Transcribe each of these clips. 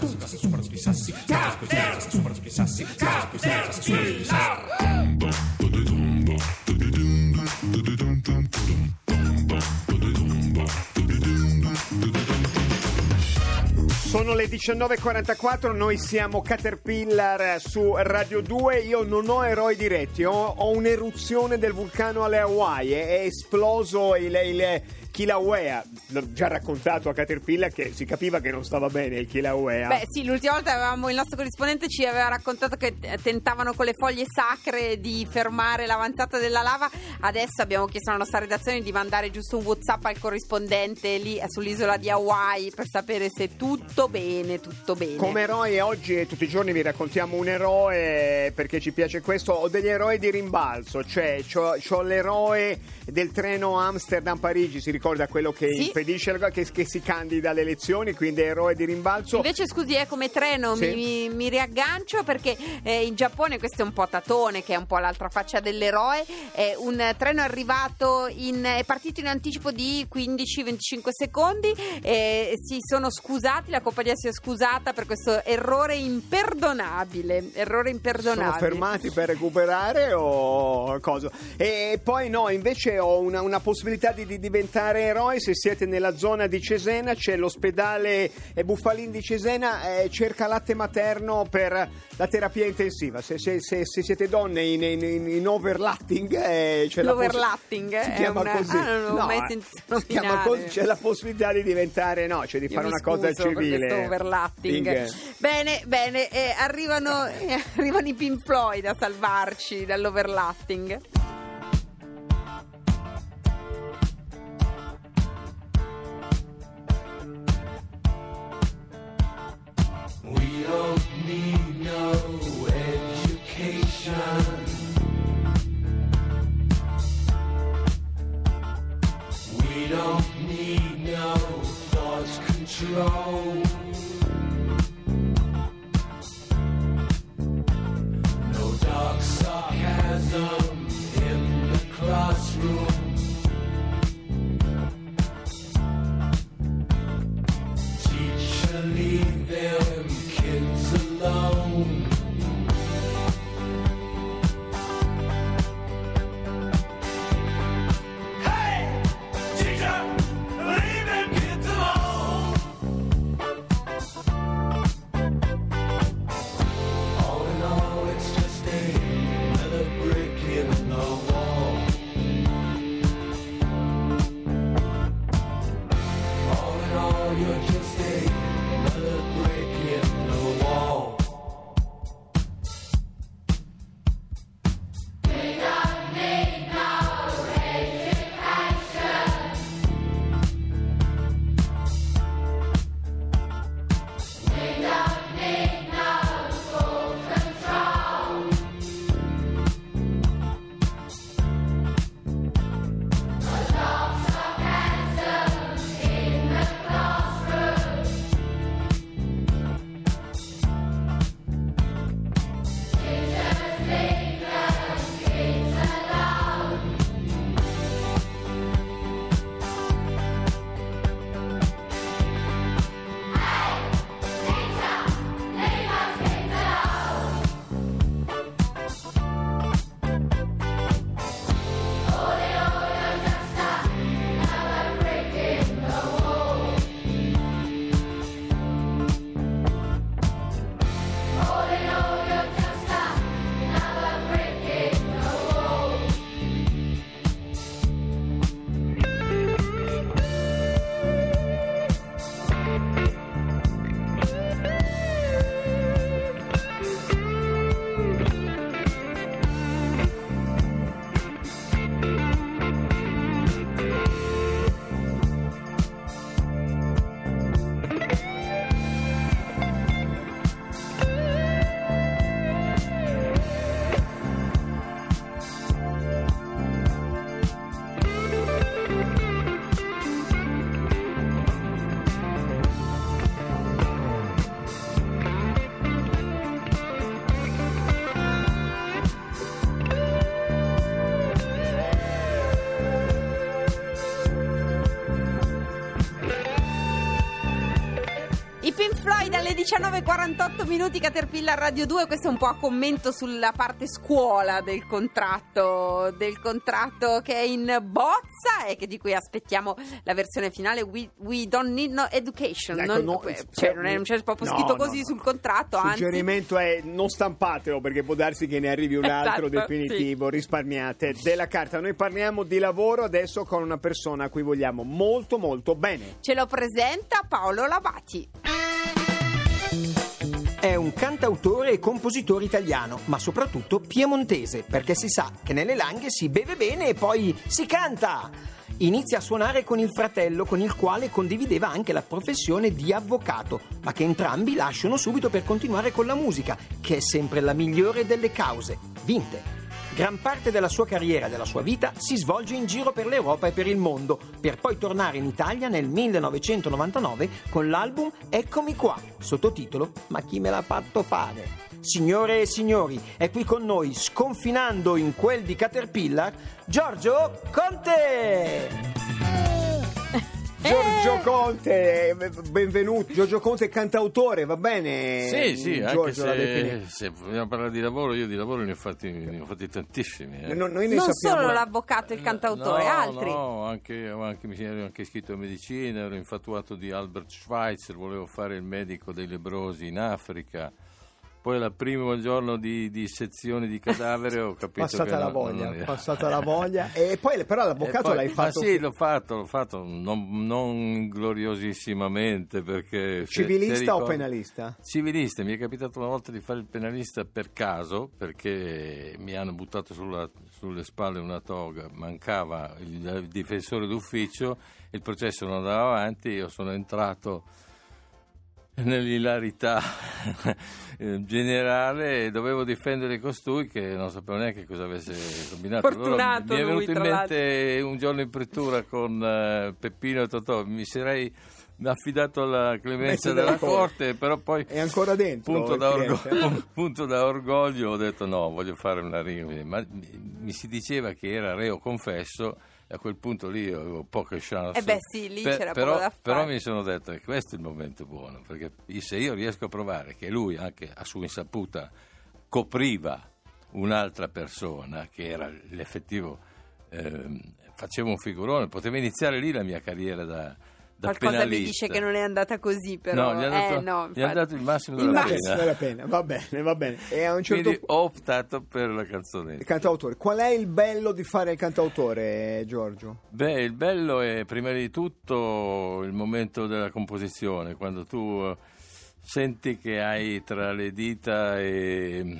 Sono le 19.44, noi siamo Caterpillar su Radio 2. Io non ho eroi diretti, ho un'eruzione del vulcano alle Hawaii, è esploso il Kilauea. L'ho già raccontato a Caterpillar che si capiva che non stava bene il Kilauea. Beh sì, l'ultima volta il nostro corrispondente ci aveva raccontato che tentavano con le foglie sacre di fermare l'avanzata della lava. Adesso abbiamo chiesto alla nostra redazione di mandare giusto un WhatsApp al corrispondente lì sull'isola di Hawaii per sapere se tutto bene. Come eroi oggi e tutti i giorni vi raccontiamo un eroe, perché ci piace questo. Ho degli eroi di rimbalzo, cioè c'ho l'eroe del treno Amsterdam-Parigi, si ricorda quello che sì, impedisce che si candida alle elezioni, quindi è eroe di rimbalzo. Invece scusi, come treno sì, mi riaggancio perché in Giappone, questo è un po' Tatone, che è un po' l'altra faccia dell'eroe, un treno è partito in anticipo di 15-25 secondi, si sono scusati, la compagnia si è scusata per questo errore imperdonabile. Sono fermati per recuperare o cosa? E poi no, invece ho una possibilità di diventare eroi. Se siete nella zona di Cesena, c'è l'ospedale Buffalin di Cesena, cerca latte materno per la terapia intensiva. Se siete donne in overlatting, c'è l'overlatting si chiama così. Non l'ho mai sentito si chiama così, c'è la possibilità di diventare di fare una cosa civile. Per overlatting. Bene, arrivano i Pink Floyd a salvarci dall'overlatting. We don't need no education. We don't need no thought control. No dark sarcasm in the classroom. Teacher, leave them kids alone. Hey, teacher, leave them kids alone. All in all, it's just another brick in the wall. All in all, you're just another brick in the wall. We don't need no education. We don't need no school control. No dark sarcasm in the classroom. dalle 19:48 Caterpillar Radio 2. Questo è un po' a commento sulla parte scuola del contratto che è in bozza e che di cui aspettiamo la versione finale. We don't need no education. Ecco, non c'è proprio scritto così sul contratto. Il suggerimento è non stampatelo, perché può darsi che ne arrivi un altro definitivo. Sì. Risparmiate della carta. Noi parliamo di lavoro adesso con una persona a cui vogliamo molto molto bene. Ce lo presenta Paolo Labati. È un cantautore e compositore italiano, ma soprattutto piemontese, perché si sa che nelle Langhe si beve bene e poi si canta. Inizia a suonare con il fratello, con il quale condivideva anche la professione di avvocato, ma che entrambi lasciano subito per continuare con la musica, che è sempre la migliore delle cause vinte. Gran parte della sua carriera e della sua vita si svolge in giro per l'Europa e per il mondo, per poi tornare in Italia nel 1999 con l'album Eccomi qua, sottotitolo Ma chi me l'ha fatto fare? Signore e signori, è qui con noi, sconfinando in quel di Caterpillar, Giorgio Conte! Giorgio Conte, benvenuto. Giorgio Conte, cantautore, va bene? Sì, Giorgio, anche se vogliamo parlare di lavoro, io di lavoro ne ho fatti tantissimi. Non solo l'avvocato e il cantautore, altri. No, mi ero anche iscritto a medicina, ero infatuato di Albert Schweitzer, volevo fare il medico dei lebbrosi in Africa. Poi al primo giorno di sezione di cadavere ho capito passata la voglia e poi però l'avvocato l'hai fatto. Ma sì, l'ho fatto non gloriosissimmente, perché civilista o penalista? Civilista, mi è capitato una volta di fare il penalista per caso, perché mi hanno buttato sulle spalle una toga, mancava il difensore d'ufficio, il processo non andava avanti, io sono entrato nell'ilarità generale e dovevo difendere costui che non sapevo neanche cosa avesse combinato. Fortunato mi è venuto lui, in mente un giorno in pretura con Peppino e Totò, mi sarei affidato alla clemenza della corte, però poi è ancora dentro punto da orgoglio ho detto no, voglio fare una riga, ma mi si diceva che era reo confesso. A quel punto lì avevo poche chance. Lì c'era poco da fare. Però mi sono detto che questo è il momento buono, perché se io riesco a provare che lui, anche a sua insaputa, copriva un'altra persona, che era l'effettivo, faceva un figurone, poteva iniziare lì la mia carriera da qualcosa penalista. Mi dice che non è andata così, però no, gli ha dato il massimo della pena. Va bene. E a un certo Quindi ho optato per la canzonetta. Il cantautore. Qual è il bello di fare il cantautore, Giorgio? Il bello è prima di tutto il momento della composizione, quando tu senti che hai tra le dita e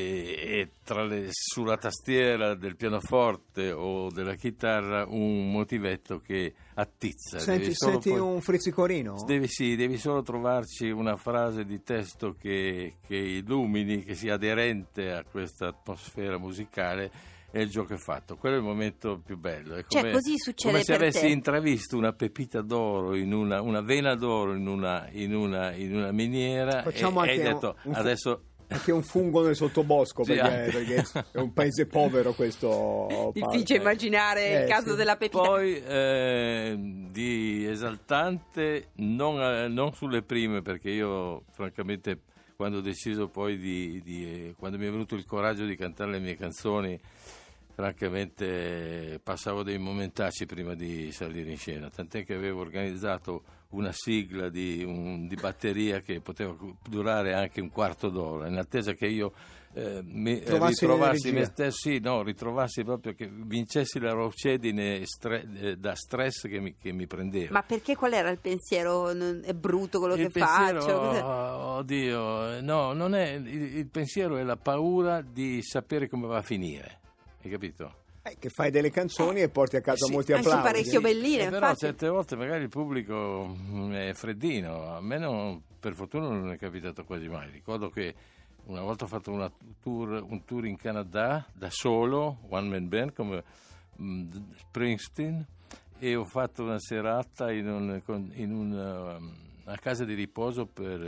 sulla tastiera del pianoforte o della chitarra un motivetto che attizza. Senti un frizzicorino? Devi solo trovarci una frase di testo che illumini, che sia aderente a questa atmosfera musicale. È il gioco è fatto, quello è il momento più bello. È come, così succede come se per avessi te. intravisto una pepita d'oro in una vena d'oro in una miniera. Facciamo e hai detto adesso anche un fungo nel sottobosco, perché è un paese povero questo. Difficile immaginare il caso della pepita. Poi di esaltante non sulle prime, perché io francamente quando ho deciso poi quando mi è venuto il coraggio di cantare le mie canzoni, francamente passavo dei momentacci prima di salire in scena, tant'è che avevo organizzato una sigla di batteria che poteva durare anche un quarto d'ora, in attesa che io ritrovassi me stesso, ritrovassi proprio, che vincessi la rocedine da stress che mi prendeva. Ma perché? Qual era il pensiero? È brutto quello che pensiero, faccio? Oddio, no, non è il pensiero, è la paura di sapere come va a finire, hai capito? Che fai delle canzoni e porti a casa molti applausi. Anche parecchio belline, però certe volte magari il pubblico è freddino. A me per fortuna non è capitato quasi mai. Ricordo che una volta ho fatto un tour in Canada da solo, one man band come Springsteen, e ho fatto una serata in una casa di riposo per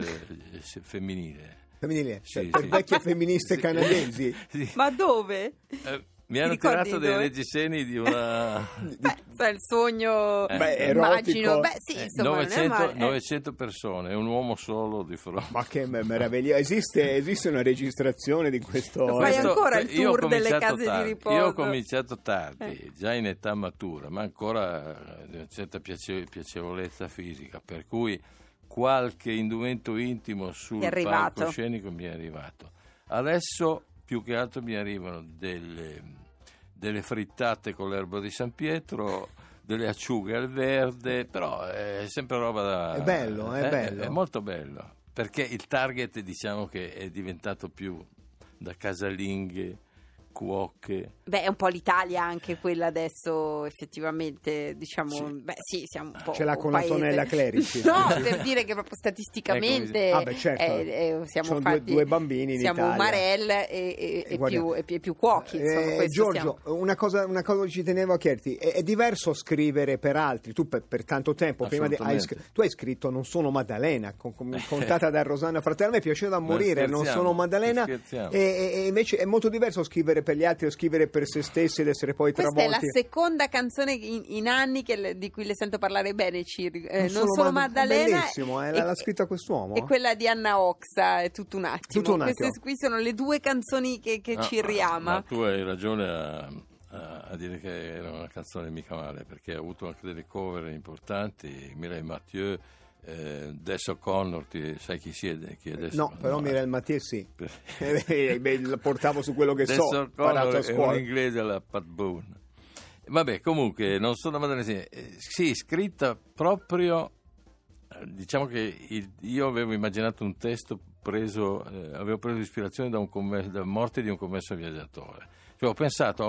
femminile. Per vecchie femministe canadesi. Sì. Ma dove? Mi hanno ricordi tirato dei dove? reggiseni di una... Sai, il sogno, erotico. immagino. Beh, sì, insomma, non è 900, male. 900 persone, un uomo solo di fronte. Ma che meraviglia! Esiste una registrazione di questo? Lo fai ancora il Io ho tour delle cominciato case tardi. di riposo? Io ho cominciato tardi, già in età matura, ma ancora di una certa piacevolezza fisica, per cui qualche indumento intimo sul È arrivato. palcoscenico mi è arrivato. Adesso più che altro mi arrivano delle frittate con l'erba di San Pietro, delle acciughe al verde, però è sempre roba da... È bello, è bello. È molto bello, perché il target diciamo che è diventato più da casalinghe, cuoche. Beh, è un po' l'Italia anche quella adesso, effettivamente, diciamo, Sì. beh sì, siamo un po' Ce l'ha un con paese. Antonella Clerici. No, per dire che proprio statisticamente Ah, beh, certo. siamo Sono fatti, due bambini in siamo Italia. Umarell e Guarda, più cuochi, insomma, questo Giorgio, siamo. una cosa che ci tenevo a chiederti, è diverso scrivere per altri? Tu per tanto tempo Assolutamente. tu hai scritto Non sono Maddalena, contata da Rosanna Fratello, a me piaceva da morire, Non scherziamo, sono Maddalena, scherziamo. e invece è molto diverso scrivere per gli altri o scrivere per se stessi ed essere poi Questa è travolti. la seconda canzone in anni di cui le sento parlare bene, Ciri. Non sono solo Maddalena. bellissimo, l'ha scritta quest'uomo. E quella di Anna Oxa è tutto un attimo. Tutto un attimo. Queste qui sono le due canzoni che ci riama. Ma tu hai ragione a dire che era una canzone mica male, perché ha avuto anche delle cover importanti, Mireille Mathieu, Des O'Connor, sai chi siede? Chi è Des No, O'Connor? però Mireille Mathieu sì. La portavo su quello che Des so, imparato O'Connor a è scuola. un inglese alla Pat Boone. Vabbè, comunque, Non sono Maddalena, sì, scritta proprio, diciamo che io avevo immaginato un testo avevo preso ispirazione da Morte di un commesso viaggiatore. Cioè, ho pensato a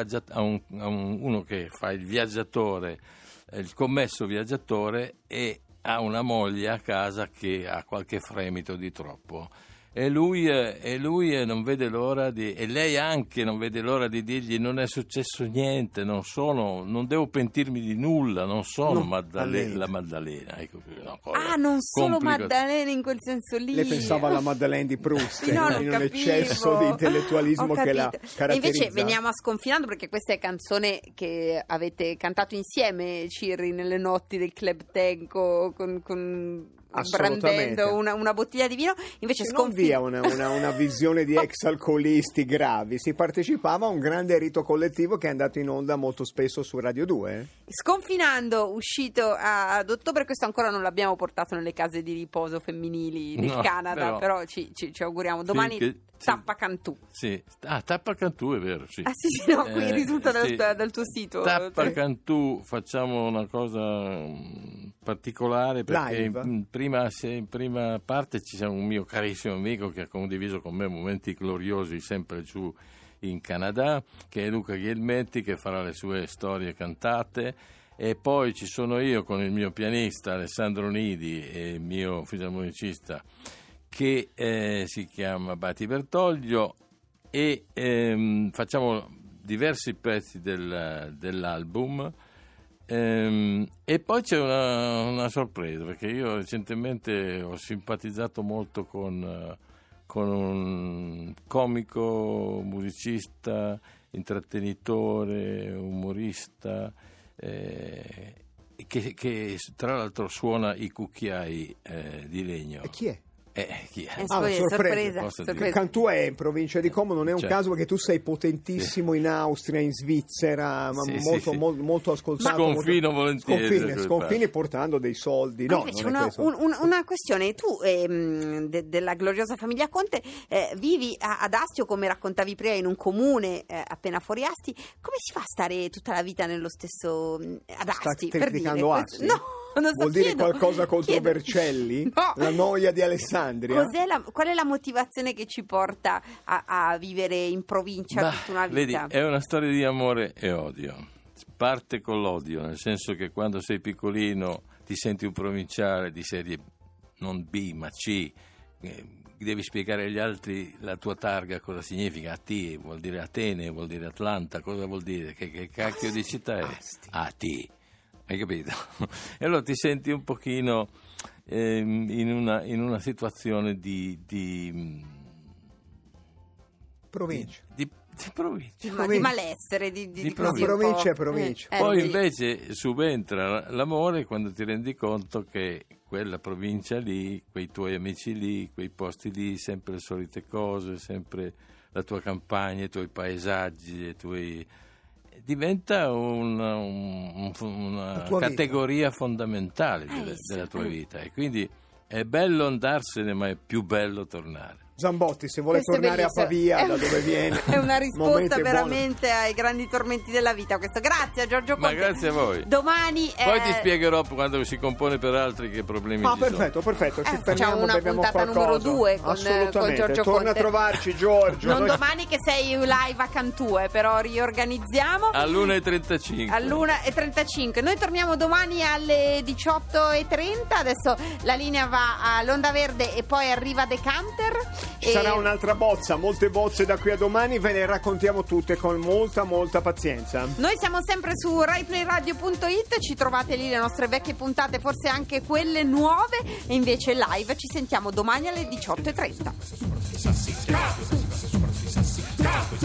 uno che fa il viaggiatore, il commesso viaggiatore, e ha una moglie a casa che ha qualche fremito di troppo. E lui non vede l'ora e lei anche non vede l'ora di dirgli: non è successo niente, non devo pentirmi di nulla, non sono la Maddalena. Ecco, Non solo complica- Maddalena in quel senso lì. Lei pensava alla Madeleine di Proust, Sì, no, non in un capivo. eccesso di intellettualismo Ho che la capito. E caratterizza. invece veniamo a Sconfinando, perché questa è canzone che avete cantato insieme, Cirri, nelle notti del Club Tenco con Assolutamente. brandendo una bottiglia di vino. Invece non via una visione di ex alcolisti gravi, si partecipava a un grande rito collettivo che è andato in onda molto spesso su Radio 2. Sconfinando, uscito ad ottobre, questo ancora non l'abbiamo portato nelle case di riposo femminili del No, Canada, però ci auguriamo. Domani Tappa Cantù. Sì. Tappa Cantù, è vero, sì. Ah sì, no, qui risulta sì. dal tuo sito. Tappa Cantù, facciamo una cosa particolare, perché in prima parte ci c'è un mio carissimo amico che ha condiviso con me momenti gloriosi sempre giù in Canada, che è Luca Ghielmetti, che farà le sue storie cantate, e poi ci sono io con il mio pianista Alessandro Nidi e il mio fisarmonicista che si chiama Bati Bertoglio, e facciamo diversi pezzi dell'album, e poi c'è una sorpresa, perché io recentemente ho simpatizzato molto con un comico, musicista, intrattenitore, umorista, che tra l'altro suona i cucchiai di legno. E chi è? Chi è? Sorpresa. Cantù è in provincia di Como, non è un caso perché tu sei potentissimo in Austria, in Svizzera, ma molto ascoltato. Sconfino volentieri. Sconfini portando dei soldi. No, invece non è questo. una questione, tu della gloriosa famiglia Conte vivi ad Asti, o come raccontavi prima in un comune appena fuori Asti. Come si fa a stare tutta la vita nello stesso ad Asti? Stai criticando Asti? No. Vuol dire qualcosa contro Vercelli? No. La noia di Alessandria? Qual è la motivazione che ci porta a vivere in provincia tutta una vita? Vedi, è una storia di amore e odio. Parte con l'odio, nel senso che quando sei piccolino ti senti un provinciale di serie non B ma C, devi spiegare agli altri la tua targa cosa significa. AT vuol dire Atene, vuol dire Atlanta, cosa vuol dire? Che cacchio di città è? AT. Hai capito? E allora ti senti un pochino in una situazione di provincia. di malessere, di provincia è provincia. Poi sì. invece subentra l'amore quando ti rendi conto che quella provincia lì, quei tuoi amici lì, quei posti lì, sempre le solite cose, sempre la tua campagna, i tuoi paesaggi, diventa una categoria fondamentale della tua vita, e quindi è bello andarsene, ma è più bello tornare. Zambotti, se vuole tornare a Pavia, da dove viene. È una risposta veramente ai grandi tormenti della vita questo. Grazie a Giorgio Conte. Ma grazie a voi. Domani poi ti spiegherò quando si compone per altri che problemi ci perfetto, ci facciamo una puntata numero 2 con Giorgio Conte. Torna a trovarci, Giorgio. Non domani che sei live a Cantù, però riorganizziamo all'1:35. all'1:35. Noi torniamo domani alle 18:30. Adesso la linea va all'Onda Verde e poi arriva Decanter. Ci sarà un'altra bozza, molte bozze da qui a domani, ve le raccontiamo tutte con molta pazienza. Noi siamo sempre su RaiPlayRadio.it, ci trovate lì le nostre vecchie puntate, forse anche quelle nuove, e invece live ci sentiamo domani alle 18:30.